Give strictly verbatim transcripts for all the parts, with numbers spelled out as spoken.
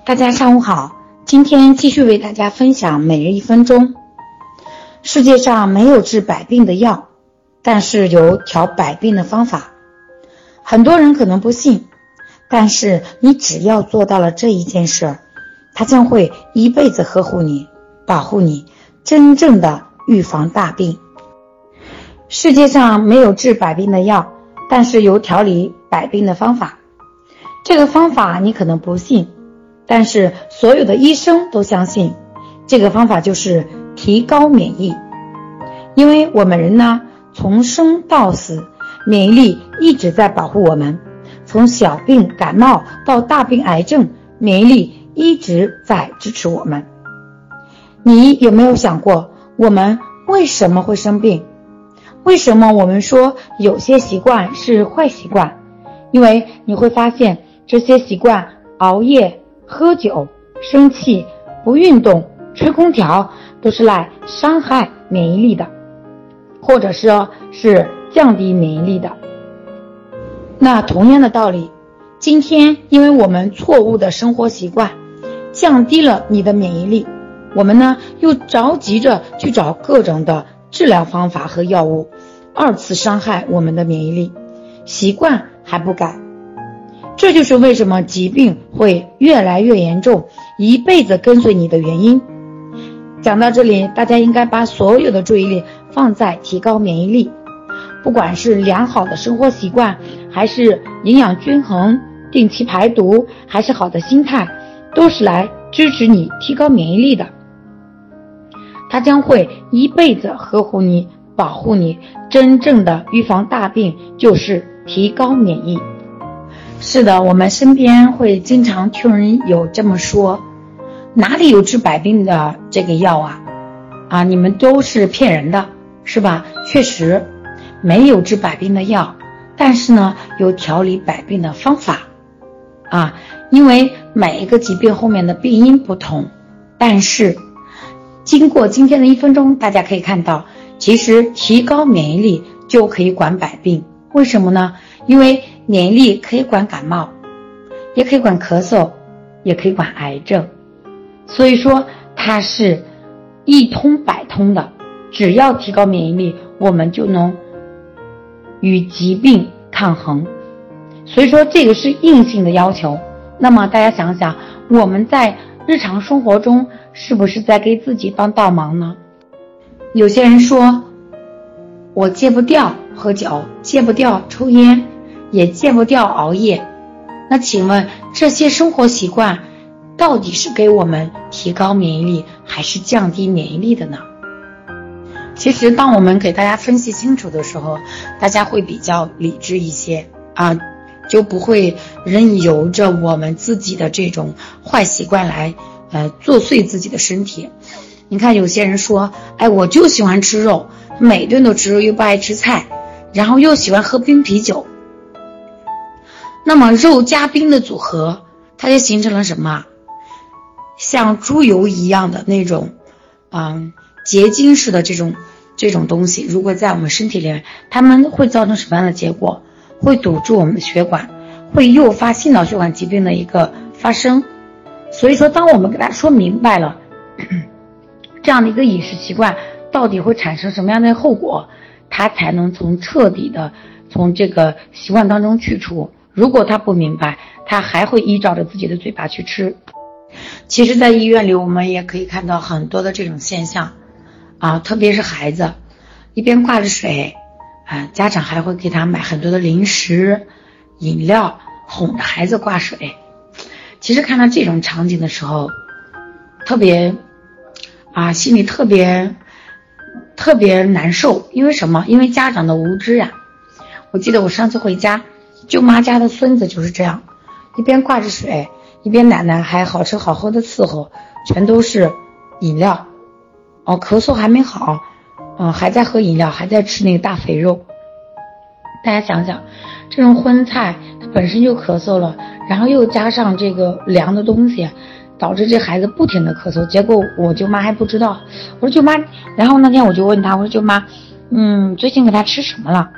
大家上午好，今天继续为大家分享每日一分钟。世界上没有治百病的药，但是有调百病的方法。很多人可能不信，但是你只要做到了这一件事，它将会一辈子呵护你，保护你，真正的预防大病。世界上没有治百病的药，但是有调理百病的方法。这个方法你可能不信，但是所有的医生都相信，这个方法就是提高免疫。因为我们人呢，从生到死，免疫力一直在保护我们，从小病感冒到大病癌症，免疫力一直在支持我们。你有没有想过，我们为什么会生病？为什么我们说有些习惯是坏习惯？因为你会发现这些习惯，熬夜、喝酒、生气、不运动、吹空调，都是来伤害免疫力的，或者说是降低免疫力的。那同样的道理，今天因为我们错误的生活习惯降低了你的免疫力，我们呢又着急着去找各种的治疗方法和药物，二次伤害我们的免疫力，习惯还不改。这就是为什么疾病会越来越严重，一辈子跟随你的原因。讲到这里，大家应该把所有的注意力放在提高免疫力，不管是良好的生活习惯，还是营养均衡、定期排毒，还是好的心态，都是来支持你提高免疫力的。它将会一辈子呵护你，保护你，真正的预防大病就是提高免疫。是的，我们身边会经常听人有这么说，哪里有治百病的这个药啊？啊，你们都是骗人的，是吧？确实没有治百病的药，但是呢，有调理百病的方法啊。因为每一个疾病后面的病因不同，但是经过今天的一分钟，大家可以看到，其实提高免疫力就可以管百病。为什么呢？因为免疫力可以管感冒，也可以管咳嗽，也可以管癌症，所以说它是一通百通的。只要提高免疫力，我们就能与疾病抗衡。所以说这个是硬性的要求。那么大家想想，我们在日常生活中是不是在给自己帮倒忙呢？有些人说，我戒不掉喝酒，戒不掉抽烟，也戒不掉熬夜。那请问这些生活习惯到底是给我们提高免疫力还是降低免疫力的呢？其实当我们给大家分析清楚的时候，大家会比较理智一些啊，就不会任由着我们自己的这种坏习惯来呃作祟自己的身体。你看有些人说，哎，我就喜欢吃肉，每顿都吃肉，又不爱吃菜，然后又喜欢喝冰啤酒。那么肉加冰的组合，它就形成了什么？像猪油一样的那种嗯结晶式的这种这种东西，如果在我们身体里面，它们会造成什么样的结果？会堵住我们的血管，会诱发心脑血管疾病的一个发生。所以说当我们给大家说明白了这样的一个饮食习惯到底会产生什么样的后果，它才能从彻底的从这个习惯当中去除。如果他不明白，他还会依照着自己的嘴巴去吃。其实在医院里我们也可以看到很多的这种现象啊，特别是孩子一边挂着水啊，家长还会给他买很多的零食饮料，哄着孩子挂水。其实看到这种场景的时候，特别啊心里特别特别难受。因为什么？因为家长的无知呀。我记得我上次回家，舅妈家的孙子就是这样，一边挂着水，一边奶奶还好吃好喝的伺候，全都是饮料哦，咳嗽还没好，嗯，还在喝饮料，还在吃那个大肥肉。大家想想，这种荤菜它本身就咳嗽了，然后又加上这个凉的东西，导致这孩子不停的咳嗽。结果我舅妈还不知道，我说舅妈，然后那天我就问他，我说舅妈，嗯，最近给他吃什么了？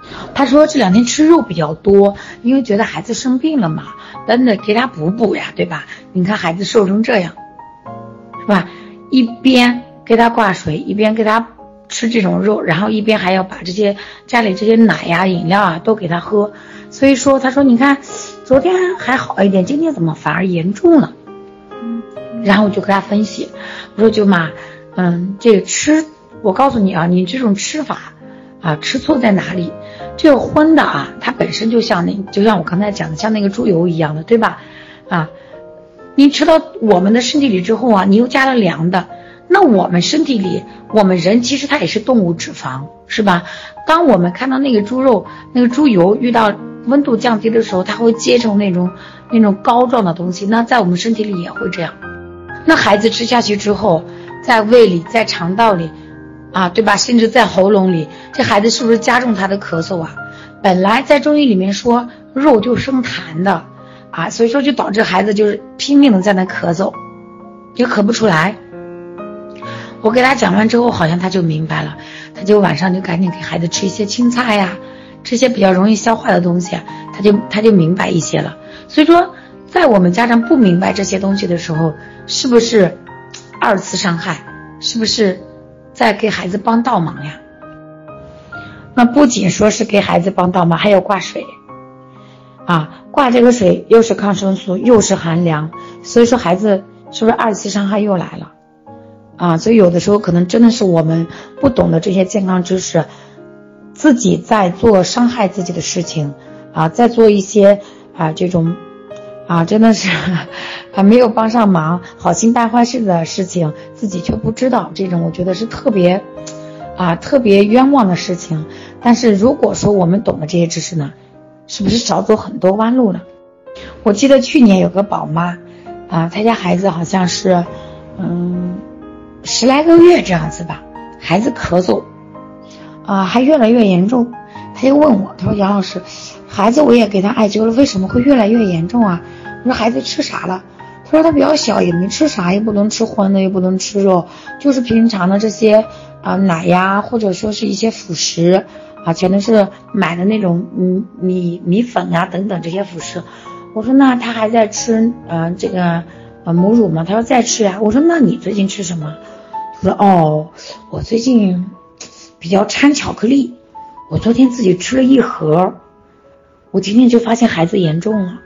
他说这两天吃肉比较多，因为觉得孩子生病了嘛，等等给他补补呀，对吧？你看孩子瘦成这样，是吧？一边给他挂水，一边给他吃这种肉，然后一边还要把这些家里这些奶呀、饮料啊都给他喝。所以说，他说你看，昨天还好一点，今天怎么反而严重了？然后我就跟他分析，我说舅妈，嗯，这个吃，我告诉你啊，你这种吃法啊，吃错在哪里？这个荤的啊，它本身就像那，就像我刚才讲的，像那个猪油一样的，对吧？啊，你吃到我们的身体里之后啊，你又加了凉的，那我们身体里，我们人其实它也是动物脂肪，是吧？当我们看到那个猪肉、那个猪油遇到温度降低的时候，它会结成那种那种膏状的东西，那在我们身体里也会这样。那孩子吃下去之后，在胃里，在肠道里啊，对吧？甚至在喉咙里，这孩子是不是加重他的咳嗽啊？本来在中医里面说肉就生痰的啊，所以说就导致孩子就是拼命的在那咳嗽，也咳不出来。我给他讲完之后，好像他就明白了，他就晚上就赶紧给孩子吃一些青菜呀，这些比较容易消化的东西，他就他就明白一些了。所以说在我们家长不明白这些东西的时候，是不是二次伤害？是不是在给孩子帮倒忙呀？那不仅说是给孩子帮倒忙，还有挂水啊，挂这个水又是抗生素又是寒凉，所以说孩子是不是二次伤害又来了啊？所以有的时候可能真的是我们不懂得这些健康知识，自己在做伤害自己的事情啊，在做一些啊这种啊真的是啊没有帮上忙，好心办坏事的事情，自己却不知道，这种我觉得是特别啊特别冤枉的事情。但是如果说我们懂得这些知识呢，是不是少走很多弯路呢？我记得去年有个宝妈啊，她家孩子好像是嗯十来个月这样子吧，孩子咳嗽啊还越来越严重，她就问我，她说杨老师，孩子我也给他艾灸了，为什么会越来越严重啊？我说孩子吃啥了？他说他比较小，也没吃啥，也不能吃荤的，也不能吃肉，就是平常的这些啊、呃、奶呀，或者说是一些辅食啊，全都是买的那种米米米粉啊等等这些辅食。我说那他还在吃呃这个呃母乳吗？他说在吃呀。我说那你最近吃什么？他说哦，我最近比较馋巧克力，我昨天自己吃了一盒，我今天就发现孩子严重了。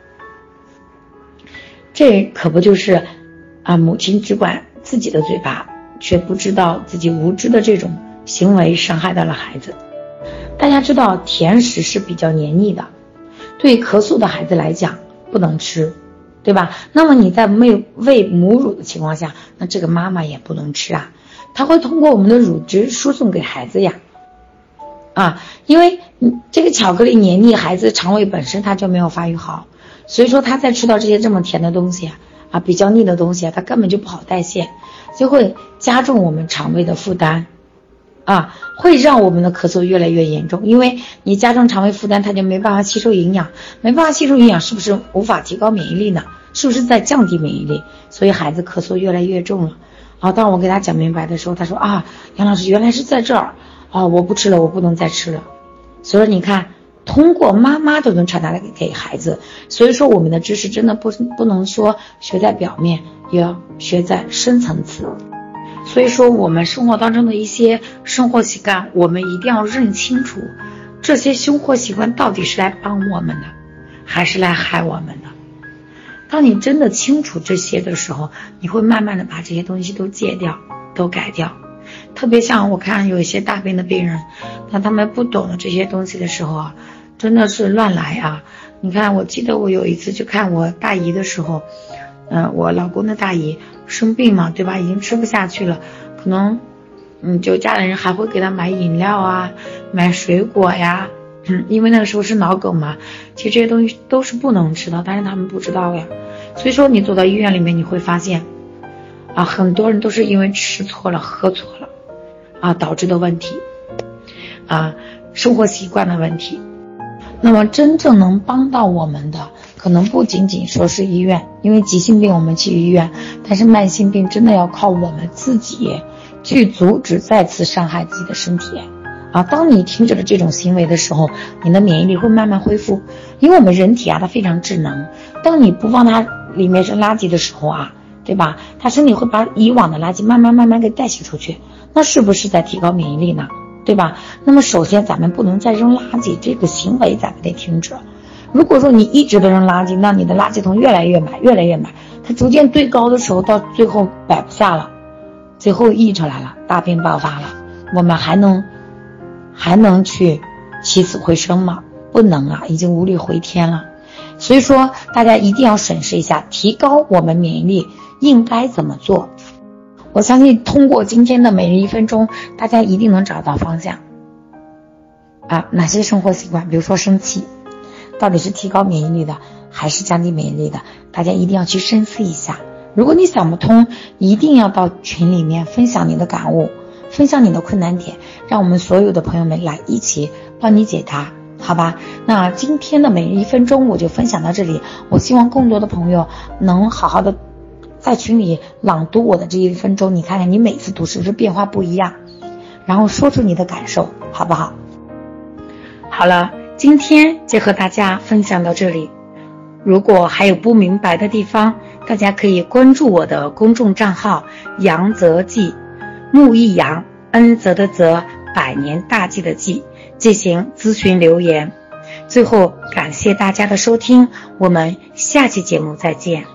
这可不就是啊，母亲只管自己的嘴巴，却不知道自己无知的这种行为伤害到了孩子。大家知道甜食是比较黏腻的，对咳嗽的孩子来讲不能吃，对吧？那么你在没喂母乳的情况下，那这个妈妈也不能吃啊，它会通过我们的乳汁输送给孩子呀。啊，因为这个巧克力黏腻，孩子肠胃本身它就没有发育好，所以说他在吃到这些这么甜的东西啊，比较腻的东西啊，他根本就不好代谢，就会加重我们肠胃的负担啊，会让我们的咳嗽越来越严重。因为你加重肠胃负担，他就没办法吸收营养，没办法吸收营养，是不是无法提高免疫力呢？是不是在降低免疫力？所以孩子咳嗽越来越重了。啊，当我给他讲明白的时候，他说啊，杨老师原来是在这儿啊，我不吃了，我不能再吃了。所以你看，通过妈妈都能传达给孩子，所以说我们的知识真的不不能说学在表面，也要学在深层次。所以说我们生活当中的一些生活习惯，我们一定要认清楚，这些生活习惯到底是来帮我们的，还是来害我们的。当你真的清楚这些的时候，你会慢慢的把这些东西都戒掉，都改掉。特别像我看有一些大病的病人，当他们不懂得这些东西的时候啊，真的是乱来啊。你看，我记得我有一次去看我大姨的时候，嗯、呃，我老公的大姨生病嘛，对吧？已经吃不下去了，可能嗯，就家里人还会给他买饮料啊，买水果呀，嗯，因为那个时候是脑梗嘛，其实这些东西都是不能吃的，但是他们不知道呀。所以说你走到医院里面，你会发现啊，很多人都是因为吃错了喝错了啊导致的问题啊，生活习惯的问题。那么真正能帮到我们的可能不仅仅说是医院，因为急性病我们去医院，但是慢性病真的要靠我们自己去阻止再次伤害自己的身体啊，当你停止了这种行为的时候，你的免疫力会慢慢恢复。因为我们人体啊，它非常智能，当你不放它里面是垃圾的时候啊，对吧？它身体会把以往的垃圾慢慢慢慢给代谢出去，那是不是在提高免疫力呢？对吧？那么首先咱们不能再扔垃圾，这个行为咱们得停止。如果说你一直都扔垃圾，那你的垃圾桶越来越满越来越满，它逐渐堆高的时候，到最后摆不下了，最后溢出来了，大病爆发了，我们还能还能去起死回生吗？不能啊，已经无力回天了。所以说大家一定要审视一下，提高我们免疫力应该怎么做。我相信通过今天的每日一分钟，大家一定能找到方向啊，哪些生活习惯，比如说生气到底是提高免疫力的还是降低免疫力的，大家一定要去深思一下。如果你想不通，一定要到群里面分享你的感悟，分享你的困难点，让我们所有的朋友们来一起帮你解答，好吧？那今天的每日一分钟我就分享到这里，我希望更多的朋友能好好的在群里朗读我的这一分钟，你看看你每次读是不是变化不一样，然后说出你的感受，好不好？好了，今天就和大家分享到这里。如果还有不明白的地方，大家可以关注我的公众账号杨泽记，木易杨，恩泽的泽，百年大计的计，进行咨询留言。最后感谢大家的收听，我们下期节目再见。